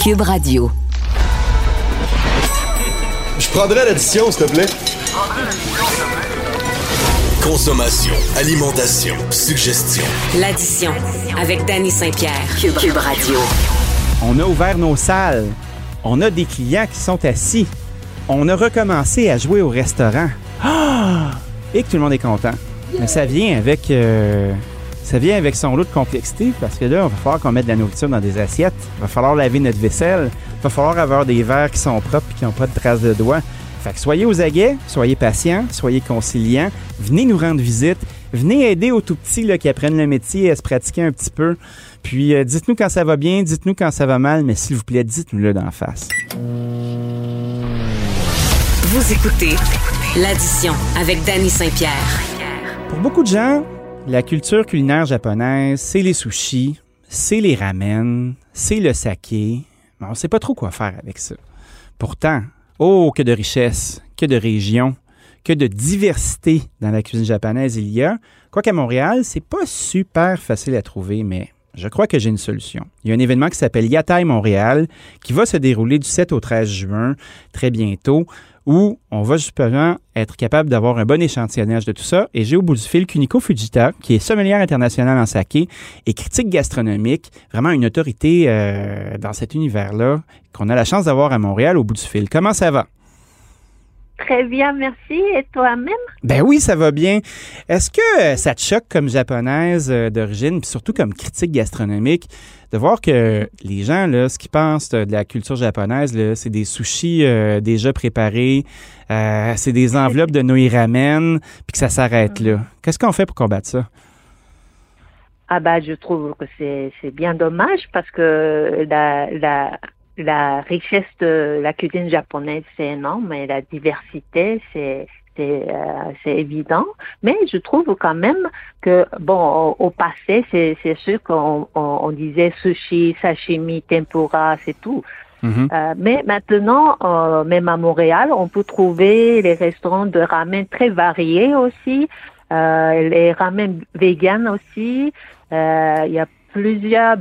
Cube Radio. Je prendrais l'addition, s'il te plaît. Consommation, alimentation, suggestion. L'addition avec Danny Saint-Pierre. Cube Radio. On a ouvert nos salles. On a des clients qui sont assis. On a recommencé à jouer au restaurant. Et que tout le monde est content. Mais ça vient avec son lot de complexité parce que là, il va falloir qu'on mette de la nourriture dans des assiettes. Il va falloir laver notre vaisselle. Il va falloir avoir des verres qui sont propres et qui n'ont pas de traces de doigts. Fait que soyez aux aguets, soyez patients, soyez conciliants. Venez nous rendre visite. Venez aider aux tout-petits là, qui apprennent le métier à se pratiquer un petit peu. Puis dites-nous quand ça va bien, dites-nous quand ça va mal, mais s'il vous plaît, dites-nous-le d'en face. Vous écoutez l'addition avec Danny Saint-Pierre. Pour beaucoup de gens, la culture culinaire japonaise, c'est les sushis, c'est les ramen, c'est le saké. Mais on ne sait pas trop quoi faire avec ça. Pourtant, oh, que de richesse, que de régions, que de diversité dans la cuisine japonaise il y a. Quoiqu'à Montréal, c'est pas super facile à trouver, mais je crois que j'ai une solution. Il y a un événement qui s'appelle Yatai Montréal qui va se dérouler du 7 au 13 juin, très bientôt, où on va justement être capable d'avoir un bon échantillonnage de tout ça. Et j'ai au bout du fil Kuniko Fujita, qui est sommelière internationale en saké et critique gastronomique, vraiment une autorité dans cet univers-là, qu'on a la chance d'avoir à Montréal au bout du fil. Comment ça va? Très bien, merci. Et toi-même? Ben oui, ça va bien. Est-ce que ça te choque comme japonaise d'origine, puis surtout comme critique gastronomique, de voir que les gens, là, ce qu'ils pensent de la culture japonaise, là, c'est des sushis déjà préparés, c'est des enveloppes de nori ramen, puis que ça s'arrête là. Qu'est-ce qu'on fait pour combattre ça? Ah bah, je trouve que c'est bien dommage parce que la richesse de la cuisine japonaise, c'est énorme et la diversité, c'est évident. Mais je trouve quand même que, bon, au passé, c'est sûr qu'on disait sushi, sashimi, tempura, c'est tout. Mm-hmm. Mais maintenant, même à Montréal, on peut trouver les restaurants de ramen très variés aussi, les ramen vegan aussi. Il y a plusieurs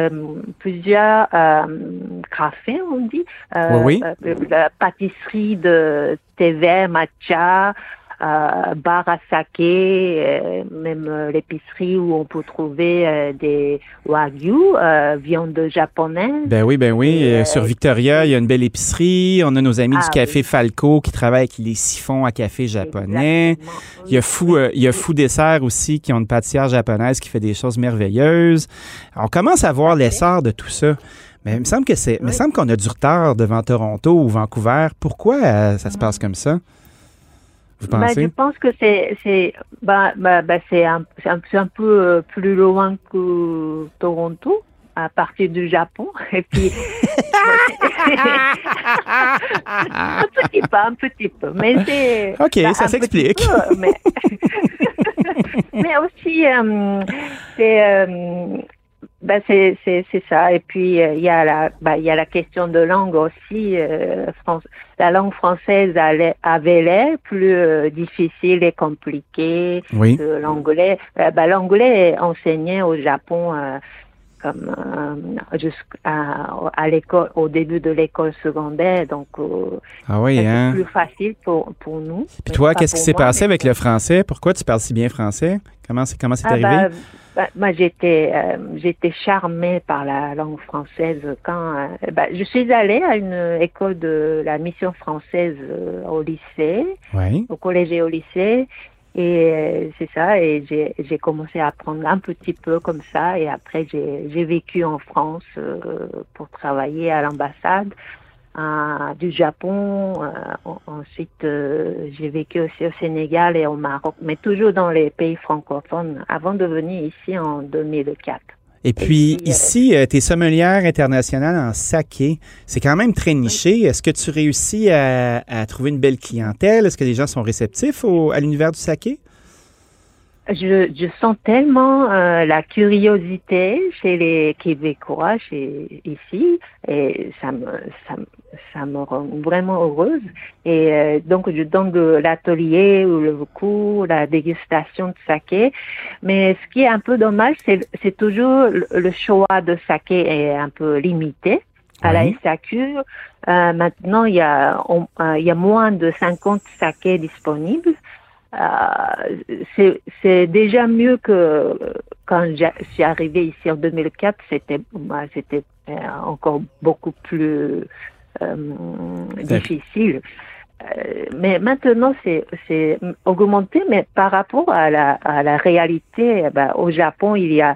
cafés, on dit. Oui. La pâtisserie de thé vert, matcha, bar à saké, même l'épicerie où on peut trouver des wagyu, viande japonaise. Ben oui. Sur Victoria, il y a une belle épicerie. On a nos amis du Café Falco qui travaillent avec les siphons à café japonais. Exactement. Il y a Fou Dessert aussi qui ont une pâtissière japonaise qui fait des choses merveilleuses. On commence à voir l'essor de tout ça. Mais il me semble qu'on a du retard devant Toronto ou Vancouver. Pourquoi ça se passe comme ça? Vous pensez? Je pense que c'est un peu plus loin que Toronto, à partir du Japon. Et puis, un petit peu. Mais c'est. OK, ça s'explique. Mais aussi, c'est ça. Et puis il y a la question de langue aussi. La langue française avait l'air plus difficile et compliquée que l'anglais. L'anglais est enseigné au Japon comme à l'école, au début de l'école secondaire, donc c'est plus facile pour nous. Puis toi, qu'est-ce qui s'est passé avec le français? Pourquoi tu parles si bien français? Comment c'est arrivé? Moi, j'étais charmée par la langue française quand je suis allée à une école de la mission française au lycée, au collège et au lycée. Et c'est ça, et j'ai commencé à apprendre un petit peu comme ça, et après j'ai vécu en France pour travailler à l'ambassade du Japon. Ensuite, j'ai vécu aussi au Sénégal et au Maroc, mais toujours dans les pays francophones, avant de venir ici en 2004. Et puis ici, tu es sommelière internationale en saké. C'est quand même très niché. Est-ce que tu réussis à trouver une belle clientèle? Est-ce que les gens sont réceptifs à l'univers du saké? Je sens tellement la curiosité chez les Québécois ici, et ça me rend vraiment heureuse. Et donc je donne de l'atelier ou le cours, la dégustation de saké. Mais ce qui est un peu dommage, c'est toujours le choix de saké est un peu limité. à la SAQ. Maintenant, il y a moins de 50 sakés disponibles. C'est déjà mieux que quand je suis arrivée ici en 2004. C'était encore beaucoup plus difficile. Mais maintenant, c'est augmenté, mais par rapport à la réalité, au Japon, il y a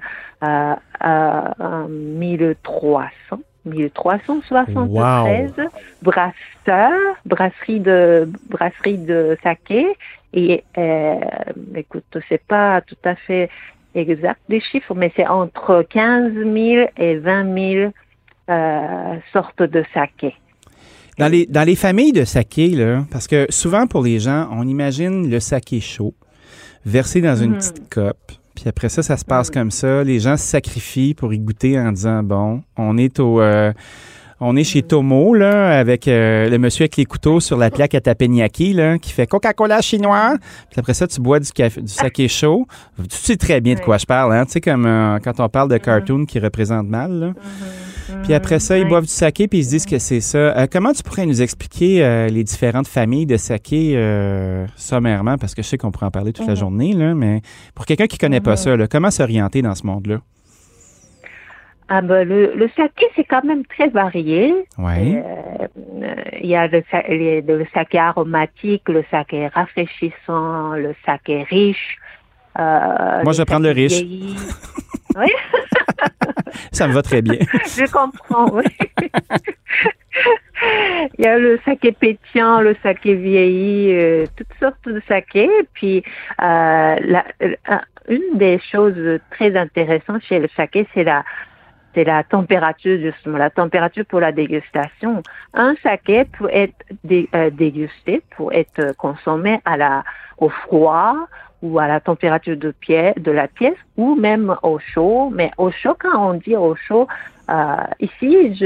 1373 brasseries de saké. Et écoute, c'est pas tout à fait exact des chiffres, mais c'est entre 15 000 et 20 000 sortes de saké. Dans les familles de saké, là, parce que souvent pour les gens, on imagine le saké chaud, versé dans une petite coupe, puis après ça se passe comme ça. Les gens se sacrifient pour y goûter en disant, bon, on est chez Tomo, là, avec le monsieur avec les couteaux sur la plaque à teppanyaki, là, qui fait Coca-Cola chinois. Puis après ça, tu bois du saké chaud. Tu sais très bien de quoi je parle, hein? Tu sais, comme quand on parle de cartoon qui représente mal, là. Puis après ça, ils boivent du saké puis ils se disent que c'est ça. Comment tu pourrais nous expliquer les différentes familles de saké sommairement? Parce que je sais qu'on pourrait en parler toute la journée, là, mais pour quelqu'un qui connaît pas ça, là, comment s'orienter dans ce monde-là? Le saké, c'est quand même très varié. Oui. Il y a le saké aromatique, le saké rafraîchissant, le saké riche. Moi, je vais prendre le riche. Oui. Ça me va très bien. Je comprends, oui. Il y a le saké pétillant, le saké vieilli, toutes sortes de saké. Puis, une des choses très intéressantes chez le saké, c'est la température, justement, la température pour la dégustation. Un saké peut être dégusté, peut être consommé au froid ou à la température de la pièce, ou même au chaud. Mais au chaud, quand on dit au chaud, ici,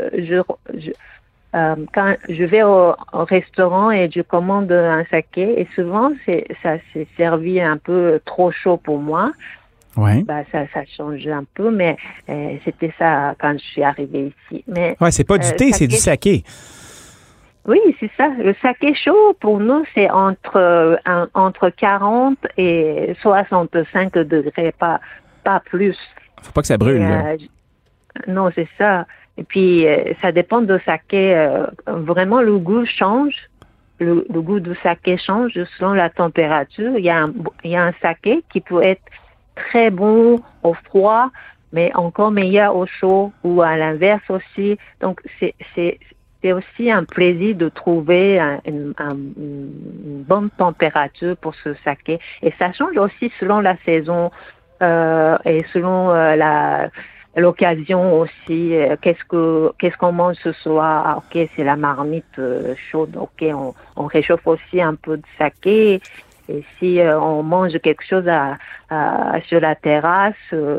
quand je vais au restaurant et je commande un saké, et souvent, ça s'est servi un peu trop chaud pour moi. Ouais. Ça change un peu, mais c'était ça quand je suis arrivée ici. Mais c'est pas du thé, c'est du saké. Oui, c'est ça. Le saké chaud, pour nous, c'est entre 40 et 65 degrés, pas plus. Faut pas que ça brûle. Non, c'est ça. Et puis, ça dépend de saké. Vraiment, le goût change. Le goût du saké change selon la température. Il y a un saké qui peut être très bon au froid, mais encore meilleur au chaud, ou à l'inverse aussi. Donc, c'est aussi un plaisir de trouver une bonne température pour ce saké. Et ça change aussi selon la saison et selon l'occasion aussi. Qu'est-ce qu'on mange ce soir? Ok, c'est la marmite chaude. Ok, on réchauffe aussi un peu de saké. Et si on mange quelque chose sur la terrasse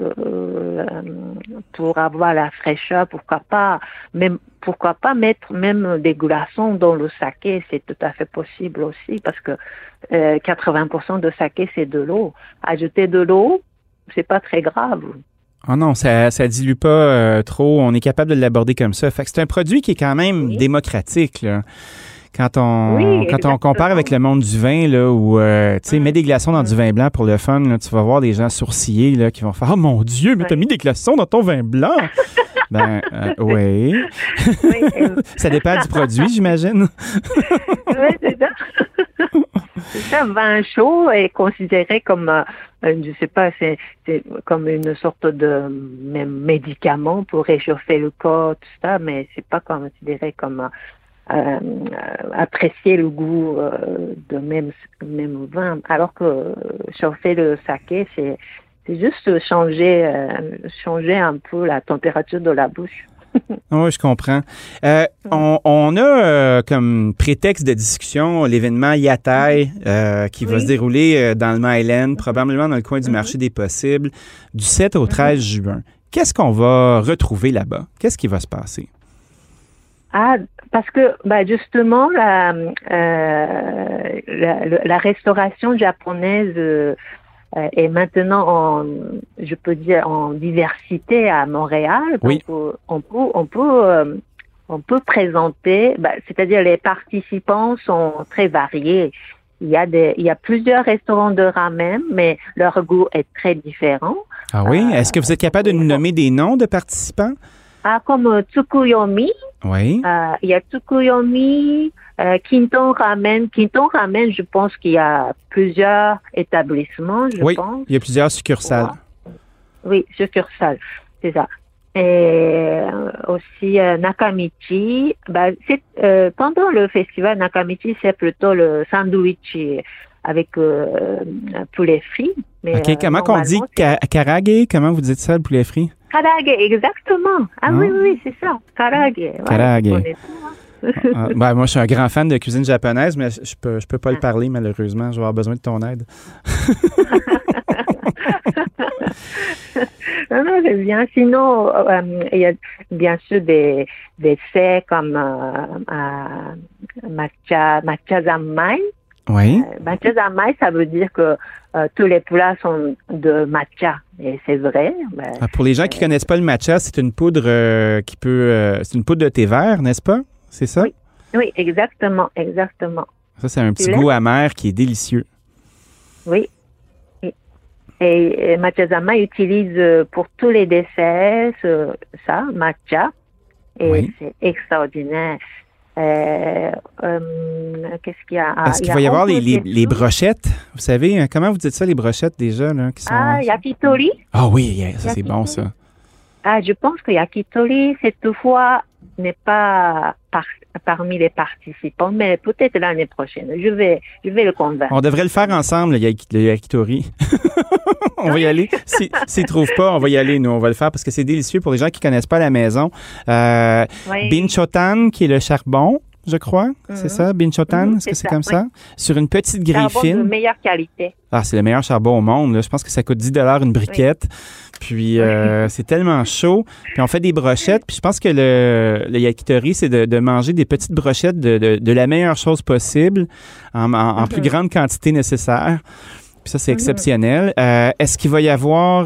pour avoir la fraîcheur, pourquoi pas mettre même des glaçons dans le saké, c'est tout à fait possible aussi, parce que 80% de saké, c'est de l'eau. Ajouter de l'eau, c'est pas très grave. Oh non, ça dilue pas trop. On est capable de l'aborder comme ça. Fait que c'est un produit qui est quand même démocratique, là. Quand on compare avec le monde du vin, là, où, tu sais, mets des glaçons dans du vin blanc pour le fun, là, tu vas voir des gens sourciller, là, qui vont faire « Oh mon Dieu, mais t'as mis des glaçons dans ton vin blanc! » Oui. Ça dépend du produit, j'imagine. Oui, c'est ça. C'est ça, un vin chaud est considéré comme, je sais pas, c'est comme une sorte de même médicament pour réchauffer le corps, tout ça, mais c'est pas considéré comme apprécier le goût de même vin, alors que chauffer le saké, c'est juste changer un peu la température de la bouche. Oui, je comprends. On a comme prétexte de discussion l'événement Yatai qui va se dérouler dans le Mile End, probablement dans le coin du marché des possibles, du 7 au 13 juin. Qu'est-ce qu'on va retrouver là-bas? Qu'est-ce qui va se passer? Parce que justement la restauration japonaise Et maintenant, je peux dire en diversité à Montréal. Oui. Donc, on peut présenter, c'est-à-dire les participants sont très variés. Il y a plusieurs restaurants de ramen, mais leur goût est très différent. Ah oui? Est-ce que vous êtes capable de nous nommer des noms de participants? Comme Tsukuyomi. Oui. Il y a Tsukuyomi, Kinton Ramen. Kinton Ramen, je pense qu'il y a plusieurs établissements, je pense. Il y a plusieurs succursales. Oui, succursales, c'est ça. Et aussi Nakamichi. Pendant le festival Nakamichi, c'est plutôt le sandwich avec poulet frit. Mais, OK, comment qu'on dit karage? Comment vous dites ça, le poulet frit? Karage, exactement. Oui, c'est ça. Karage. Ouais, karage. Moi, je suis un grand fan de cuisine japonaise, mais je peux pas le parler, malheureusement. Je vais avoir besoin de ton aide. Non, c'est bien. Sinon, il y a bien sûr des faits comme matcha zanmai. Oui. Matcha zanmai, ça veut dire que tous les plats sont de matcha. Et c'est vrai. Pour les gens qui connaissent pas le matcha, c'est une poudre c'est une poudre de thé vert, n'est-ce pas? C'est ça? Oui, exactement. Ça, c'est un petit goût amer qui est délicieux. Oui. Et matcha zanmai utilise pour tous les desserts ça, matcha. Et c'est extraordinaire. Qu'est-ce qu'il y a? Est-ce qu'il va y avoir les brochettes? Vous savez, comment vous dites ça, les brochettes déjà? Là, qui sont, yakitori. Ah oui, ça c'est bon ça. Je pense que yakitori, cette fois, n'est pas parmi les participants, mais peut-être l'année prochaine. Je vais le convaincre. On devrait le faire ensemble, le yakitori. On va y aller. S'ils ne trouvent pas, on va y aller, nous. On va le faire parce que c'est délicieux pour les gens qui ne connaissent pas la maison. Binchotan, qui est le charbon, je crois. C'est ça, Binchotan? Est-ce que c'est comme ça? Sur une petite grille fine. Charbon de meilleure qualité. C'est le meilleur charbon au monde. Là. Je pense que ça coûte 10 $ une briquette. Puis, c'est tellement chaud. Puis, on fait des brochettes. Puis, je pense que le yakitori, c'est de manger des petites brochettes de la meilleure chose possible en plus grande quantité nécessaire. Puis ça, c'est exceptionnel. Est-ce qu'il va y avoir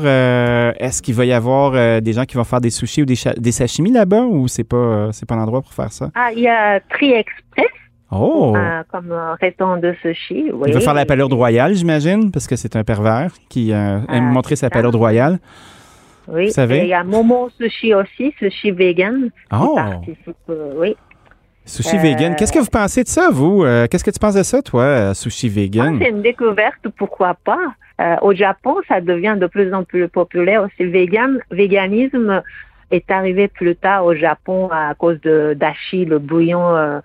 des gens qui vont faire des sushis ou des sashimi là-bas ou c'est pas l'endroit pour faire ça? Il y a Tri Express. Oh! Comme restaurant de sushi. Oui. Il va faire la palourde royale, j'imagine, parce que c'est un pervers qui aime montrer sa palourde royale. Oui. Vous savez? Et il y a Momo Sushi aussi, sushi vegan. Oh! Qui participe, oui. Sushi vegan. Qu'est-ce que vous pensez de ça, vous? Qu'est-ce que tu penses de ça, toi, sushi vegan? C'est une découverte, pourquoi pas. Au Japon, ça devient de plus en plus populaire aussi. Le véganisme est arrivé plus tard au Japon à cause de dashi, le bouillon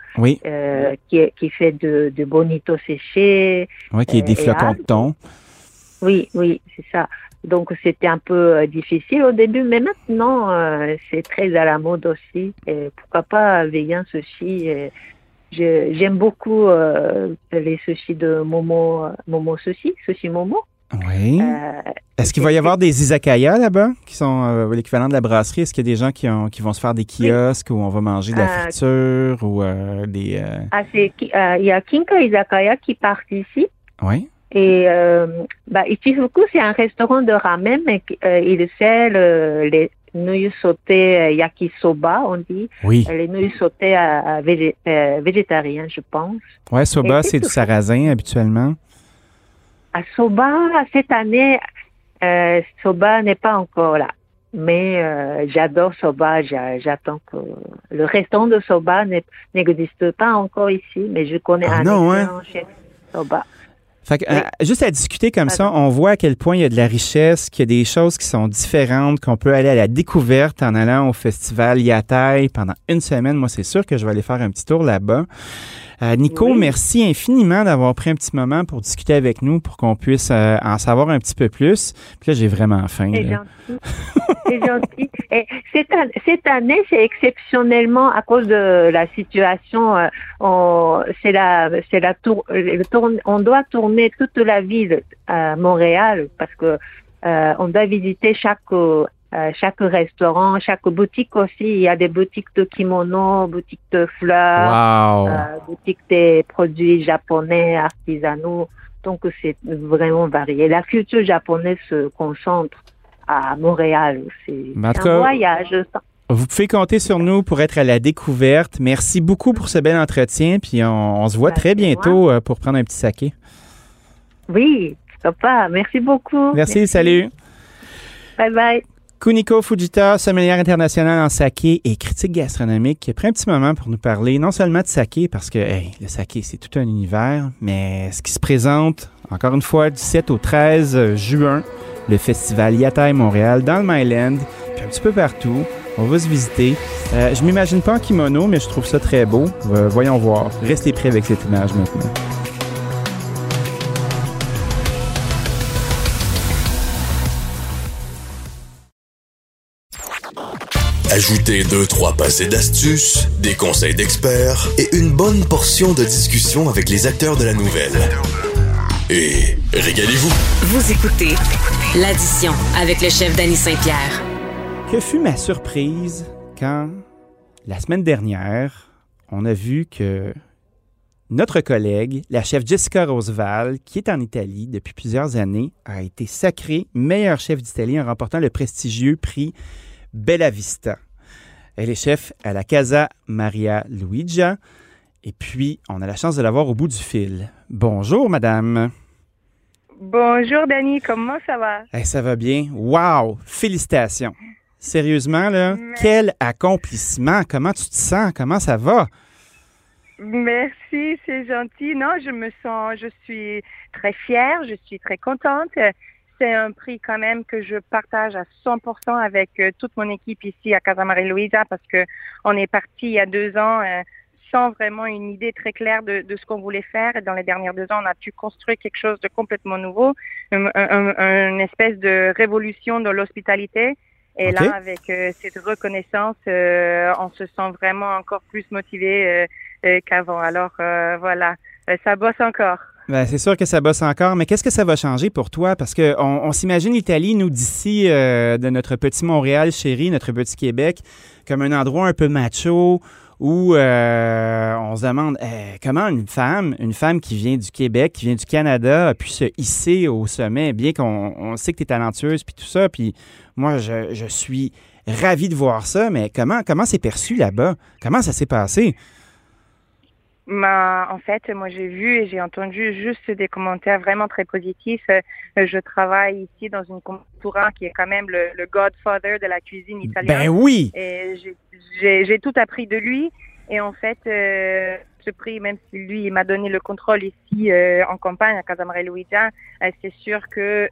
qui fait de bonito séché. Oui, qui est des flocons de thon. Oui, c'est ça. Donc, c'était un peu difficile au début, mais maintenant, c'est très à la mode aussi. Et pourquoi pas vegan sushi? J'aime beaucoup les sushis de Momo Sushi Momo. Oui. Est-ce qu'il va y avoir des izakaya là-bas, qui sont l'équivalent de la brasserie? Est-ce qu'il y a des gens qui vont se faire des kiosques où on va manger de la friture ou des... il y a Kinka Izakaya qui participe. Oui. Et Ichifuku, c'est un restaurant de ramen, mais il sert les nouilles sautées yakisoba, on dit. Oui. Les nouilles sautées végétariennes, je pense. Oui, soba, c'est du sarrasin habituellement. À soba, cette année, soba n'est pas encore là. Mais j'adore soba, j'attends que le restaurant de soba n'existe pas encore ici, mais je connais un excellent chef soba. Fait que, juste à discuter comme ça, on voit à quel point il y a de la richesse, qu'il y a des choses qui sont différentes, qu'on peut aller à la découverte en allant au festival Yatai pendant une semaine. Moi, c'est sûr que je vais aller faire un petit tour là-bas. Nico, merci infiniment d'avoir pris un petit moment pour discuter avec nous, pour qu'on puisse en savoir un petit peu plus. Puis là, j'ai vraiment faim. C'est gentil. C'est gentil. Et cette année, c'est exceptionnellement à cause de la situation. On doit tourner toute la ville à Montréal parce que on doit visiter chaque restaurant, chaque boutique aussi. Il y a des boutiques de kimonos, boutiques de fleurs, boutiques des produits japonais, artisanaux. Donc, c'est vraiment varié. La culture japonaise se concentre à Montréal. C'est un voyage. Vous pouvez compter sur nous pour être à la découverte. Merci beaucoup pour ce bel entretien. Puis on se voit très bientôt pour prendre un petit saké. Oui, papa. Merci beaucoup. Merci. Salut. Bye bye. Kuniko Fujita, sommelière internationale en saké et critique gastronomique, qui a pris un petit moment pour nous parler non seulement de saké, parce que le saké, c'est tout un univers, mais ce qui se présente, encore une fois, du 7 au 13 juin, le festival Yatai Montréal dans le Myland, puis un petit peu partout. On va se visiter. Je m'imagine pas en kimono, mais je trouve ça très beau. Voyons voir. Restez prêts avec cette image maintenant. Ajoutez 2-3 passés d'astuces, des conseils d'experts et une bonne portion de discussion avec les acteurs de la nouvelle. Et régalez-vous. Vous écoutez l'addition avec le chef Danny Saint-Pierre. Que fut ma surprise quand, la semaine dernière, on a vu que notre collègue, la chef Jessica Roseval, qui est en Italie depuis plusieurs années, a été sacrée meilleure chef d'Italie en remportant le prestigieux prix Bella Vista. Elle est chef à la Casa Maria Luigia. Et puis, on a la chance de la voir au bout du fil. Bonjour, madame. Bonjour, Danny. Comment ça va? Ça va bien. Wow! Félicitations. Sérieusement, là, quel accomplissement. Comment tu te sens? Comment ça va? Merci, c'est gentil. Non, je suis très fière, je suis très contente. C'est un prix quand même que je partage à 100% avec toute mon équipe ici à Casa Maria Luigia parce que on est parti il y a 2 ans sans vraiment une idée très claire de ce qu'on voulait faire. Et dans les dernières 2 ans, on a pu construire quelque chose de complètement nouveau, une espèce de révolution de l'hospitalité. Et là, avec cette reconnaissance, on se sent vraiment encore plus motivé qu'avant. Alors voilà, ça bosse encore. Ben, c'est sûr que ça bosse encore, mais qu'est-ce que ça va changer pour toi? Parce que on s'imagine l'Italie, nous, d'ici, de notre petit Montréal chéri, notre petit Québec, comme un endroit un peu macho où on se demande comment une femme qui vient du Québec, qui vient du Canada, a pu se hisser au sommet, bien qu'on sait que tu es talentueuse, puis tout ça. Puis moi, je suis ravi de voir ça, mais comment c'est perçu là-bas? Comment ça s'est passé? En fait, moi, j'ai vu et j'ai entendu juste des commentaires vraiment très positifs. Je travaille ici dans une cultura qui est quand même le godfather de la cuisine italienne. Ben oui! Et j'ai tout appris de lui. Et en fait, ce prix, même si lui, il m'a donné le contrôle ici en campagne à Casa Maria Luigia, c'est sûr que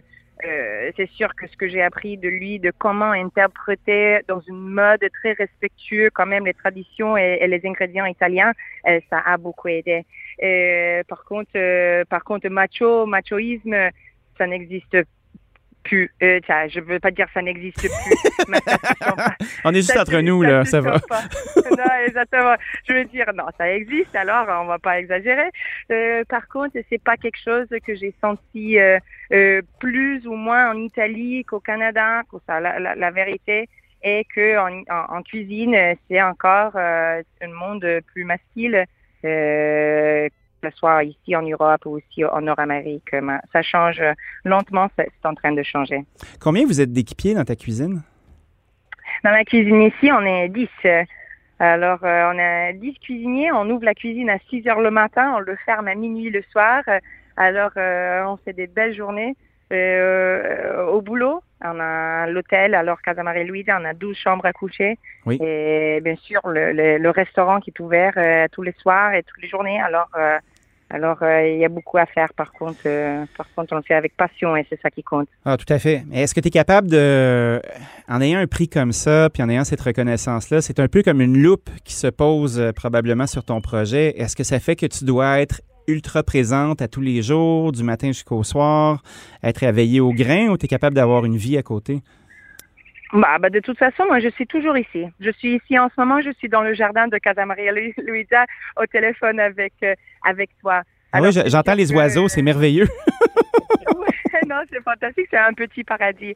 ce que j'ai appris de lui, de comment interpréter dans une mode très respectueuse quand même les traditions et les ingrédients italiens, ça a beaucoup aidé. Par contre, machoïsme, ça n'existe plus. Je veux pas dire ça n'existe plus. Mais on est juste entre nous, là, ça va. Non, exactement. Je veux dire, non, ça existe, alors on va pas exagérer. Par contre, c'est pas quelque chose que j'ai senti plus ou moins en Italie qu'au Canada. La vérité est que en cuisine, c'est encore un monde plus masculin. Que ce soit ici en Europe ou aussi en Nord-Amérique. Ça change lentement, c'est en train de changer. Combien vous êtes d'équipiers dans ta cuisine? Dans ma cuisine ici, on est 10. Alors, on a 10 cuisiniers. On ouvre la cuisine à 6 heures le matin. On le ferme à minuit le soir. Alors, on fait des belles journées. Au boulot, on a l'hôtel, alors Casa Maria Luigia, on a 12 chambres à coucher. Oui. Et bien sûr, le restaurant qui est ouvert tous les soirs et toutes les journées. Alors, il y a beaucoup à faire. Par contre, on le fait avec passion et c'est ça qui compte. Ah, tout à fait. Mais est-ce que tu es capable en ayant un prix comme ça, puis en ayant cette reconnaissance-là, c'est un peu comme une loupe qui se pose probablement sur ton projet. Est-ce que ça fait que tu dois être ultra présente à tous les jours, du matin jusqu'au soir, être éveillée au grain, ou tu es capable d'avoir une vie à côté? De toute façon, moi, je suis toujours ici. Je suis ici en ce moment, je suis dans le jardin de Casa Maria Luigia au téléphone avec toi. Alors, oui, j'entends les oiseaux, c'est merveilleux. Non, c'est fantastique, c'est un petit paradis.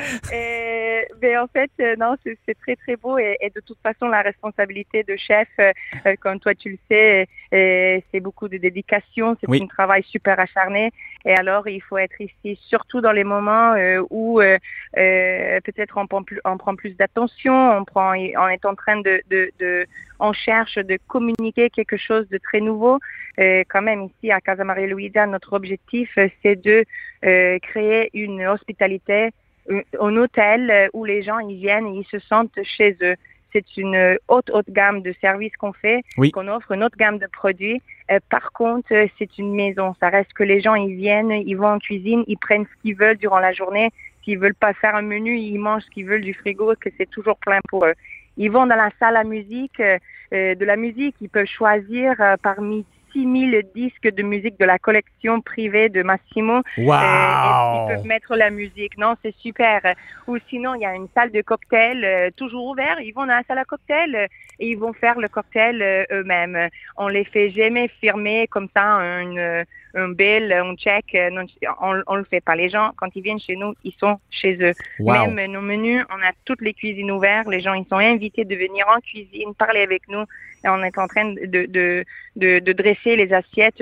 Mais en fait, non, c'est très, très beau et de toute façon, la responsabilité de chef, comme toi tu le sais, c'est beaucoup de dédication, c'est un travail super acharné. Et alors, il faut être ici, surtout dans les moments où peut-être on prend plus d'attention, on est en train on cherche de communiquer quelque chose de très nouveau. Quand même, ici à Casa Maria Luisa, notre objectif, c'est de créer une hospitalité, un hôtel où les gens ils viennent et ils se sentent chez eux. C'est une haute gamme de services qu'on fait, qu'on offre, une haute gamme de produits. Par contre, c'est une maison. Ça reste que les gens, ils viennent, ils vont en cuisine, ils prennent ce qu'ils veulent durant la journée. S'ils veulent pas faire un menu, ils mangent ce qu'ils veulent du frigo, que c'est toujours plein pour eux. Ils vont dans la salle à musique, de la musique. Ils peuvent choisir parmi 6000 disques de musique de la collection privée de Massimo. Wow! Ils peuvent mettre la musique. Non, c'est super. Ou sinon, il y a une salle de cocktail toujours ouverte. Ils vont dans la salle à cocktail et ils vont faire le cocktail eux-mêmes. On les fait jamais firmer comme ça un bill, un check. On le fait pas. Les gens, quand ils viennent chez nous, ils sont chez eux. Wow. Même nos menus, on a toutes les cuisines ouvertes. Les gens, ils sont invités de venir en cuisine, parler avec nous. Et on est en train de dresser les assiettes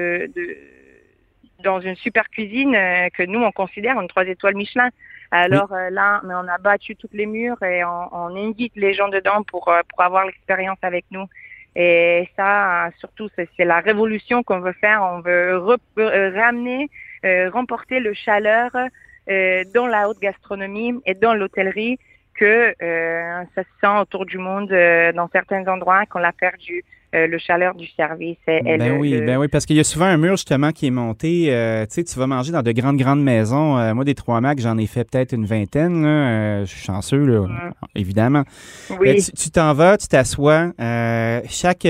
dans une super cuisine que nous, on considère une 3 étoiles Michelin. Alors là, mais on a battu toutes les murs et on invite les gens dedans pour avoir l'expérience avec nous. Et ça, surtout, c'est la révolution qu'on veut faire. On veut ramener, remporter le chaleur dans la haute gastronomie et dans l'hôtellerie que ça se sent autour du monde dans certains endroits qu'on l'a perdu. Le chaleur du service. Ben oui, parce qu'il y a souvent un mur justement qui est monté. Tu sais, tu vas manger dans de grandes maisons. Moi, des 3 Macs, j'en ai fait peut-être une vingtaine. Là. Je suis chanceux, là, évidemment. Oui. Tu t'en vas, tu t'assois. Chaque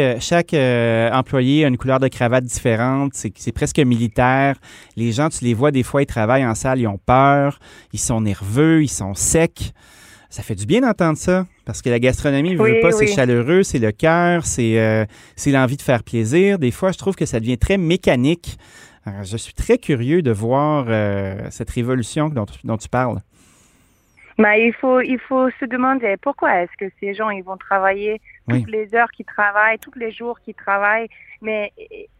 employé a une couleur de cravate différente. C'est presque militaire. Les gens, tu les vois des fois, ils travaillent en salle, ils ont peur, ils sont nerveux, ils sont secs. Ça fait du bien d'entendre ça, parce que la gastronomie, c'est chaleureux, c'est le cœur, c'est l'envie de faire plaisir. Des fois, je trouve que ça devient très mécanique. Alors, je suis très curieux de voir cette révolution dont tu parles. Mais il faut se demander pourquoi est-ce que ces gens ils vont travailler toutes les heures qu'ils travaillent, tous les jours qu'ils travaillent, mais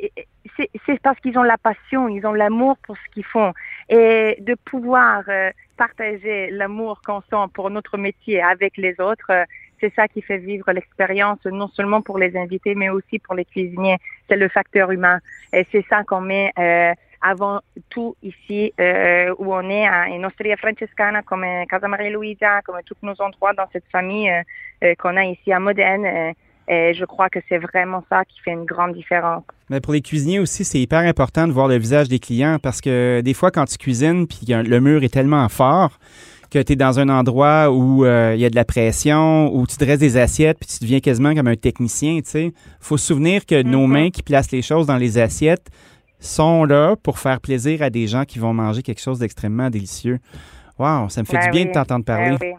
c'est parce qu'ils ont la passion, ils ont l'amour pour ce qu'ils font et de pouvoir partager l'amour qu'on sent pour notre métier avec les autres, c'est ça qui fait vivre l'expérience, non seulement pour les invités, mais aussi pour les cuisiniers. C'est le facteur humain et c'est ça qu'on met avant tout ici où on est à une Osteria Francescana comme Casa Maria Luisa, comme tous nos endroits dans cette famille qu'on a ici à Modène. Et je crois que c'est vraiment ça qui fait une grande différence. Mais pour les cuisiniers aussi, c'est hyper important de voir le visage des clients parce que des fois, quand tu cuisines puis le mur est tellement fort que tu es dans un endroit où il y a de la pression, où tu dresses des assiettes puis tu deviens quasiment comme un technicien, tu sais. Faut se souvenir que nos mains qui placent les choses dans les assiettes sont là pour faire plaisir à des gens qui vont manger quelque chose d'extrêmement délicieux. Wow, ça me fait du bien de t'entendre parler. Oui.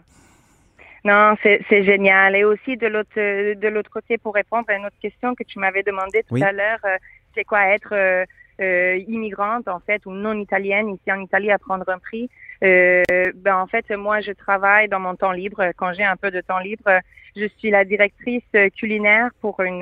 Non, c'est génial. Et aussi de l'autre côté, pour répondre à une autre question que tu m'avais demandé tout à l'heure, c'est quoi être immigrante en fait ou non italienne ici en Italie à prendre un prix. En fait, moi, je travaille dans mon temps libre. Quand j'ai un peu de temps libre, je suis la directrice culinaire pour une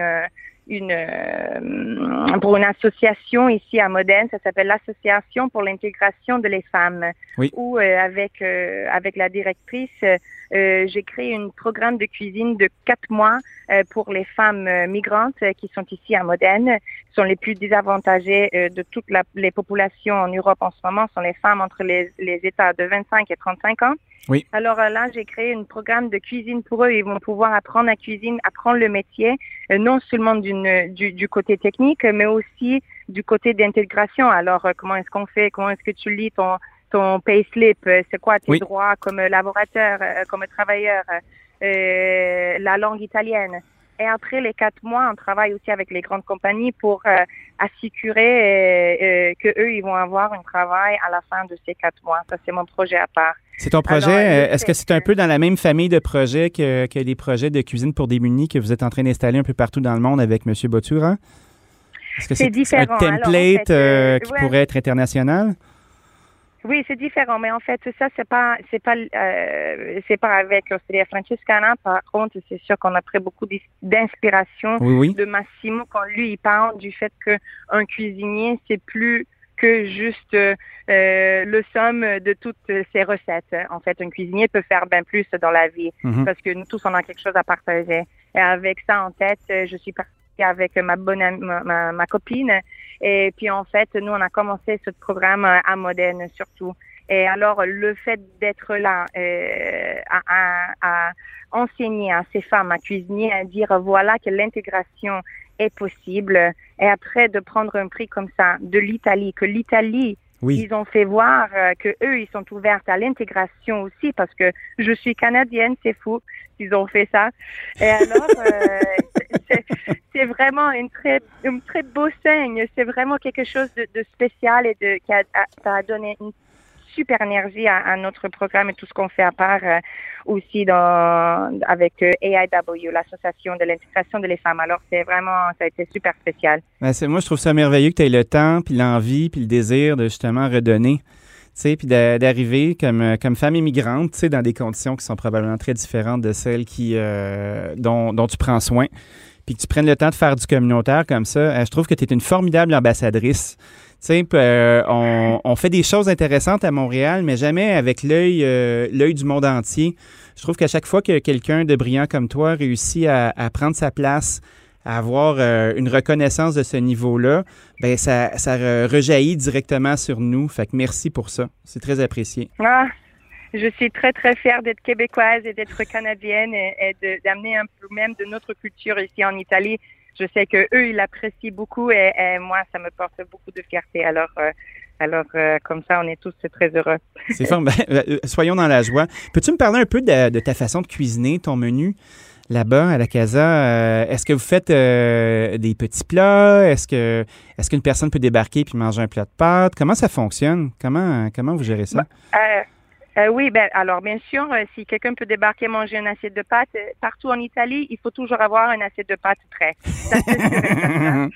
association ici à Modène. Ça s'appelle l'Association pour l'intégration de les femmes. Oui. Où avec la directrice, j'ai créé un programme de cuisine de 4 mois pour les femmes migrantes qui sont ici à Modène. Sont les plus désavantagées de toutes les populations en Europe en ce moment, sont les femmes entre les États de 25 et 35 ans. Oui. Alors là, j'ai créé un programme de cuisine pour eux. Ils vont pouvoir apprendre la cuisine, apprendre le métier, non seulement du côté technique, mais aussi du côté d'intégration. Alors, comment est-ce qu'on fait? Comment est-ce que tu lis ton payslip? C'est quoi tes droits comme laborateur, comme travailleur? La langue italienne. Et après les 4 mois, on travaille aussi avec les grandes compagnies pour assurer que eux, ils vont avoir un travail à la fin de ces 4 mois. Ça, c'est mon projet à part. C'est ton projet. Alors, est-ce que c'est un peu dans la même famille de projets que les projets de cuisine pour démunis que vous êtes en train d'installer un peu partout dans le monde avec M. Bottura? Est-ce que c'est différent. un template qui pourrait être international? Oui, c'est différent, mais en fait, ça, c'est pas avec l'Osteria Francescana. Par contre, c'est sûr qu'on a pris beaucoup d'inspiration de Massimo quand lui, il parle du fait qu'un cuisinier, c'est plus que juste le somme de toutes ses recettes. En fait, un cuisinier peut faire bien plus dans la vie parce que nous tous, on a quelque chose à partager. Et avec ça en tête, je suis partie avec ma copine. Et puis, en fait, nous, on a commencé ce programme à Modène, surtout. Et alors, le fait d'être là, à enseigner à ces femmes, à cuisiner, à dire, voilà, que l'intégration est possible. Et après, de prendre un prix comme ça de l'Italie, que l'Italie, ils ont fait voir que eux, ils sont ouverts à l'intégration aussi, parce que je suis canadienne, c'est fou, ils ont fait ça. Et alors, c'est vraiment une très beau signe. C'est vraiment quelque chose de spécial et ça a donné une super énergie à notre programme et tout ce qu'on fait à part aussi avec AIW, l'Association de l'intégration de les femmes. Alors, ça a été super spécial. Moi, je trouve ça merveilleux que tu aies le temps, puis l'envie, puis le désir de justement redonner, tu sais, puis d'arriver comme femme immigrante, tu sais, dans des conditions qui sont probablement très différentes de celles dont tu prends soin, puis que tu prennes le temps de faire du communautaire comme ça. Je trouve que tu es une formidable ambassadrice. Tu sais, on fait des choses intéressantes à Montréal, mais jamais avec l'œil du monde entier. Je trouve qu'à chaque fois que quelqu'un de brillant comme toi réussit à prendre sa place, à avoir une reconnaissance de ce niveau-là, ben ça rejaillit directement sur nous. Fait que merci pour ça. C'est très apprécié. Je suis très, très fière d'être québécoise et d'être canadienne et d'amener un peu même de notre culture ici en Italie. Je sais que eux, ils l'apprécient beaucoup et moi, ça me porte beaucoup de fierté. Alors, comme ça, on est tous très heureux. C'est fort. Soyons dans la joie. Peux-tu me parler un peu de ta façon de cuisiner, ton menu là-bas à la Casa? Est-ce que vous faites des petits plats? Est-ce qu'une personne peut débarquer puis manger un plat de pâtes? Comment ça fonctionne? Comment vous gérez ça? Oui, alors bien sûr, si quelqu'un peut débarquer manger une assiette de pâtes, partout en Italie, il faut toujours avoir une assiette de pâtes prête. Ça, c'est sûr.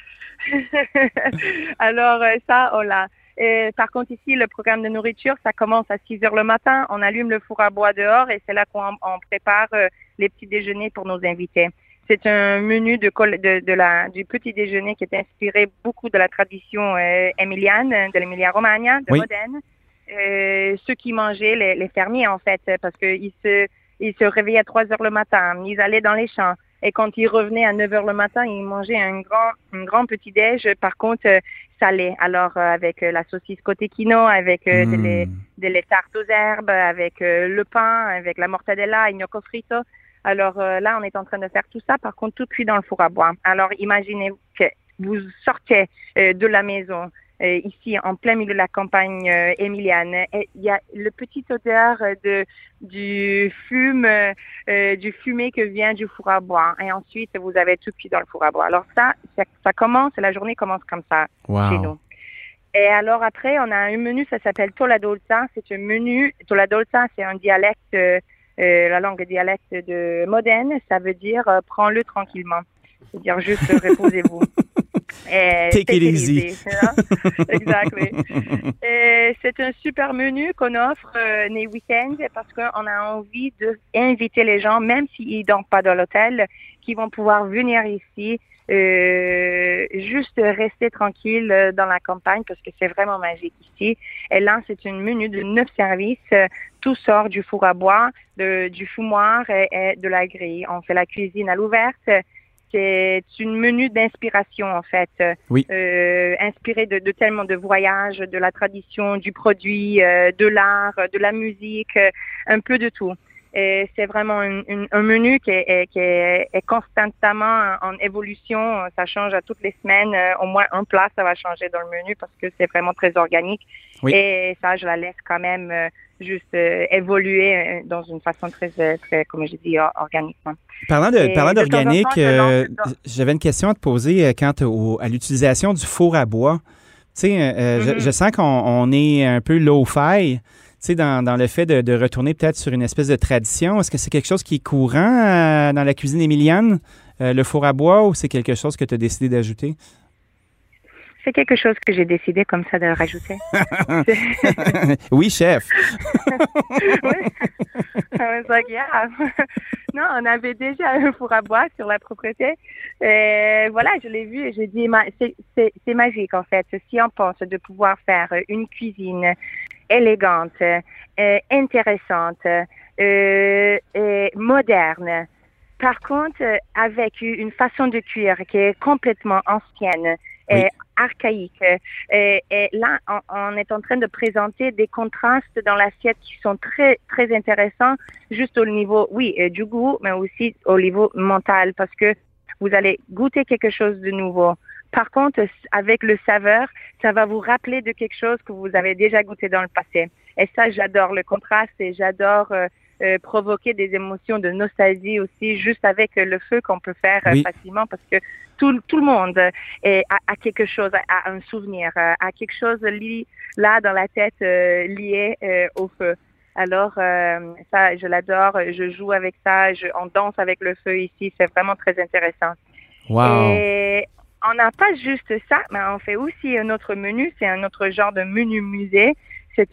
Alors ça, on l'a. Par contre, ici, le programme de nourriture, ça commence à 6 heures le matin. On allume le four à bois dehors et c'est là qu'on prépare les petits déjeuners pour nos invités. C'est un menu du petit déjeuner qui est inspiré beaucoup de la tradition émiliane, de l'Emilia-Romagna, de Modène. Ceux qui mangeaient, les fermiers en fait, parce qu'ils se réveillaient à 3 heures le matin, ils allaient dans les champs et quand ils revenaient à 9 heures le matin, ils mangeaient un grand petit-déj, par contre salé. Alors avec la saucisse cotechino, avec des tartes aux herbes, avec le pain, avec la mortadella, il gnocco frito. Alors là, on est en train de faire tout ça, par contre tout cuit dans le four à bois. Alors imaginez que vous sortez de la maison, ici en plein milieu de la campagne émiliane, il y a le petit odeur du fumé que vient du four à bois. Et ensuite, vous avez tout cuit dans le four à bois. Alors ça commence, la journée commence comme ça chez nous. Et alors après, on a un menu, ça s'appelle Tolla Dolza. C'est un menu, Tolla Dolza, c'est un dialecte, la langue dialecte de Modène. Ça veut dire prends-le tranquillement. C'est-à-dire juste reposez-vous. Take it easy. Exactly. C'est un super menu qu'on offre les week-ends parce qu'on a envie d'inviter les gens, même s'ils ne dorment pas dans l'hôtel, qui vont pouvoir venir ici, juste rester tranquille dans la campagne parce que c'est vraiment magique ici. Et là, c'est un menu de 9 services. Tout sort du four à bois, du fumoir et de la grille. On fait la cuisine à l'ouverte. C'est une menu d'inspiration, en fait. Oui. Inspiré de tellement de voyages, de la tradition, du produit, de l'art, de la musique, un peu de tout. Et c'est vraiment un menu qui est constamment en évolution. Ça change à toutes les semaines. Au moins un plat, ça va changer dans le menu parce que c'est vraiment très organique. Oui. Et ça, je la laisse quand même juste évoluer dans une façon très, comme je dis, organiquement. Parlant d'organique, j'avais une question à te poser quant à l'utilisation du four à bois. Tu sais, je sens qu'on est un peu low-fi. Tu sais, dans le fait de retourner peut-être sur une espèce de tradition. Est-ce que c'est quelque chose qui est courant dans la cuisine émiliane, le four à bois, ou c'est quelque chose que tu as décidé d'ajouter? C'est quelque chose que j'ai décidé comme ça de rajouter. Oui, chef. Oui. I was like, yeah. Non, on avait déjà un four à bois sur la propriété. Voilà, je l'ai vu et j'ai dit, c'est magique en fait. Si on pense de pouvoir faire une cuisine élégante, intéressante, moderne, par contre, avec une façon de cuire qui est complètement ancienne, Oui. Archaïque. Et là, on est en train de présenter des contrastes dans l'assiette qui sont très, très intéressants, juste au niveau, du goût, mais aussi au niveau mental, parce que vous allez goûter quelque chose de nouveau. Par contre, avec le saveur, ça va vous rappeler de quelque chose que vous avez déjà goûté dans le passé. Et ça, j'adore le contraste et j'adore provoquer des émotions de nostalgie aussi, juste avec le feu qu'on peut faire facilement, parce que tout le monde a quelque chose, a un souvenir, a quelque chose là dans la tête lié au feu. Alors, ça, je l'adore, je joue avec ça, on danse avec le feu ici, c'est vraiment très intéressant. Wow. Et on n'a pas juste ça, mais on fait aussi un autre menu, c'est un autre genre de menu musée. Et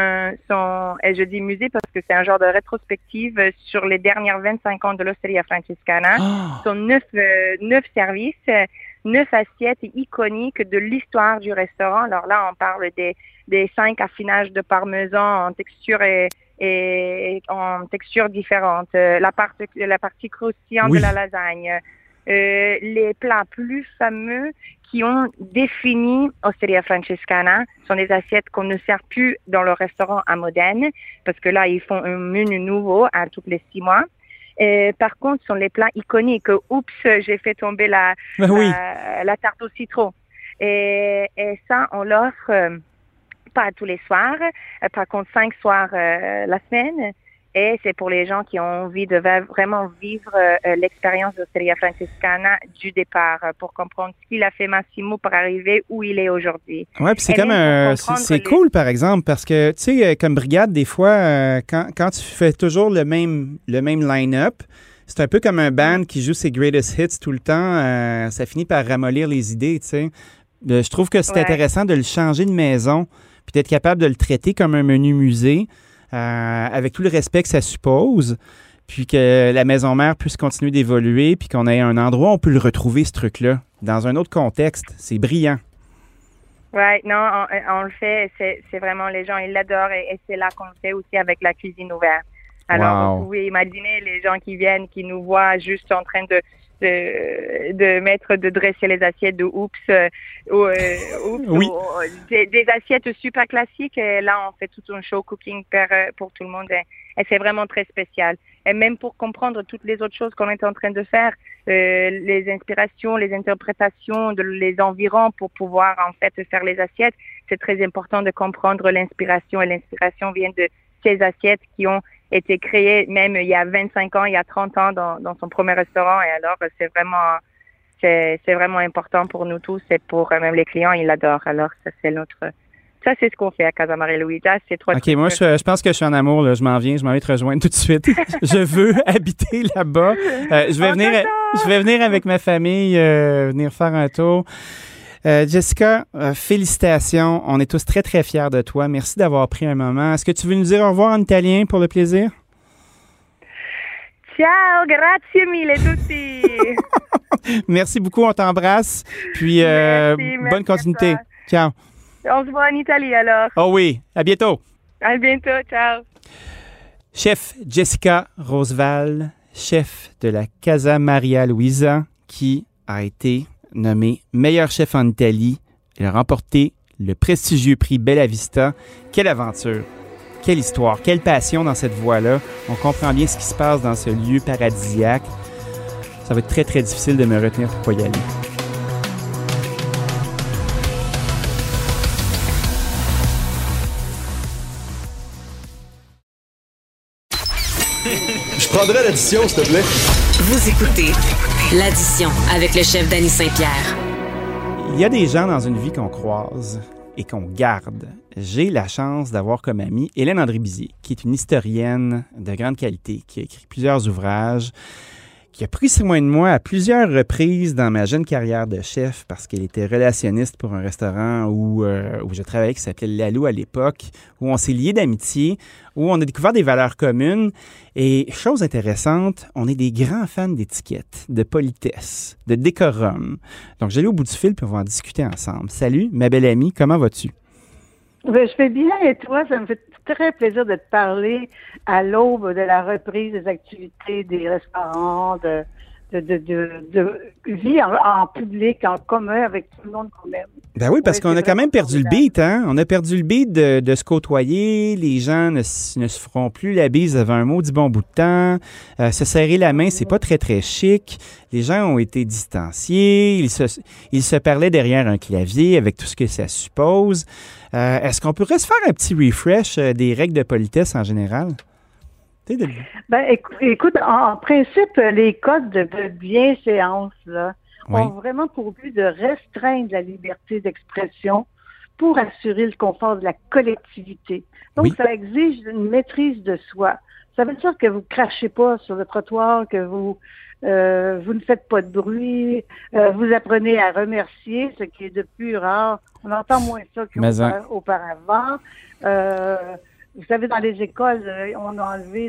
je dis musée parce que c'est un genre de rétrospective sur les dernières 25 ans de l'Osteria Francescana. Ce sont 9 services, 9 assiettes iconiques de l'histoire du restaurant. Alors là, on parle des 5 affinages de parmesan en texture et en texture différente. La partie croustillante de la lasagne. Les plats plus fameux qui ont défini Osteria Francescana sont des assiettes qu'on ne sert plus dans le restaurant à Modène, parce que là, ils font un menu nouveau à tous les 6 mois. Par contre, ce sont les plats iconiques. Oups, j'ai fait tomber la tarte au citron. Et ça, on l'offre pas tous les soirs, par contre 5 soirs la semaine. Et c'est pour les gens qui ont envie de vraiment vivre l'expérience d'Osteria Francescana du départ, pour comprendre ce qu'il a fait Massimo pour arriver où il est aujourd'hui. Oui, puis c'est comme c'est cool, par exemple, parce que, tu sais, comme brigade, des fois, quand tu fais toujours le même line-up, c'est un peu comme un band qui joue ses greatest hits tout le temps. Ça finit par ramollir les idées, tu sais. Je trouve que c'est intéressant de le changer de maison, puis d'être capable de le traiter comme un menu musée, avec tout le respect que ça suppose, puis que la maison mère puisse continuer d'évoluer, puis qu'on ait un endroit où on peut le retrouver, ce truc-là, dans un autre contexte. C'est brillant. Oui, non, on le fait. C'est vraiment, les gens, ils l'adorent, et c'est là qu'on le fait aussi avec la cuisine ouverte. Alors, vous pouvez imaginer les gens qui viennent, qui nous voient juste en train de dresser les assiettes de des assiettes super classiques. Et là, on fait tout un show cooking pour tout le monde. Et c'est vraiment très spécial. Et même pour comprendre toutes les autres choses qu'on est en train de faire, les inspirations, les interprétations, les environs pour pouvoir en fait faire les assiettes, c'est très important de comprendre l'inspiration. Et l'inspiration vient de ces assiettes qui ont été créées même il y a 25 ans, il y a 30 ans dans son premier restaurant. Et alors, c'est vraiment important pour nous tous et pour même les clients, ils l'adorent. Alors, ça, c'est ce qu'on fait à Casa Maria Luisa. C'est trois. OK, moi, je pense que je suis en amour. Là. Je m'en vais te rejoindre tout de suite. Je veux habiter là-bas. Je vais venir avec ma famille, venir faire un tour. Jessica, félicitations. On est tous très, très fiers de toi. Merci d'avoir pris un moment. Est-ce que tu veux nous dire au revoir en italien pour le plaisir? Ciao, grazie mille tutti. Merci beaucoup, on t'embrasse. Puis, merci bonne continuité. Ciao. On se voit en Italie alors. Oh oui, à bientôt. À bientôt, ciao. Chef Jessica Roosevelt, chef de la Casa Maria Luisa, qui a été nommé meilleur chef en Italie. Il a remporté le prestigieux prix Bella Vista. Quelle aventure, quelle histoire, quelle passion dans cette voie-là. On comprend bien ce qui se passe dans ce lieu paradisiaque. Ça va être très, très difficile de me retenir pour pas y aller. Je prendrais l'addition, s'il te plaît. Vous écoutez l'addition avec le chef Danny Saint-Pierre. Il y a des gens dans une vie qu'on croise et qu'on garde. J'ai la chance d'avoir comme amie Hélène André-Bizier, qui est une historienne de grande qualité, qui a écrit plusieurs ouvrages, qui a pris soin de moi à plusieurs reprises dans ma jeune carrière de chef parce qu'elle était relationniste pour un restaurant où je travaillais qui s'appelait Lalou à l'époque, où on s'est liés d'amitié, où on a découvert des valeurs communes. Et chose intéressante, on est des grands fans d'étiquette, de politesse, de décorum. Donc, j'allais au bout du fil puis on va en discuter ensemble. Salut, ma belle amie, comment vas-tu? Ben, je fais bien et toi, ça me fait très plaisir de te parler à l'aube de la reprise des activités des restaurants, de vie en public, en commun avec tout le monde qu'on aime. Ben oui, parce qu'on a quand même perdu le beat, hein? On a perdu le beat de se côtoyer. Les gens ne se feront plus la bise avant un maudit bon bout de temps. Se serrer la main, c'est pas très, très chic. Les gens ont été distanciés. Ils se parlaient derrière un clavier avec tout ce que ça suppose. Est-ce qu'on pourrait se faire un petit refresh des règles de politesse en général? Ben, écoute, en principe, les codes de bienséance là, ont vraiment pour but de restreindre la liberté d'expression pour assurer le confort de la collectivité. Donc, ça exige une maîtrise de soi. Ça veut dire que vous crachez pas sur le trottoir, que vous ne faites pas de bruit, vous apprenez à remercier, ce qui est de plus rare. On entend moins ça qu'auparavant. Vous savez, dans les écoles, on a enlevé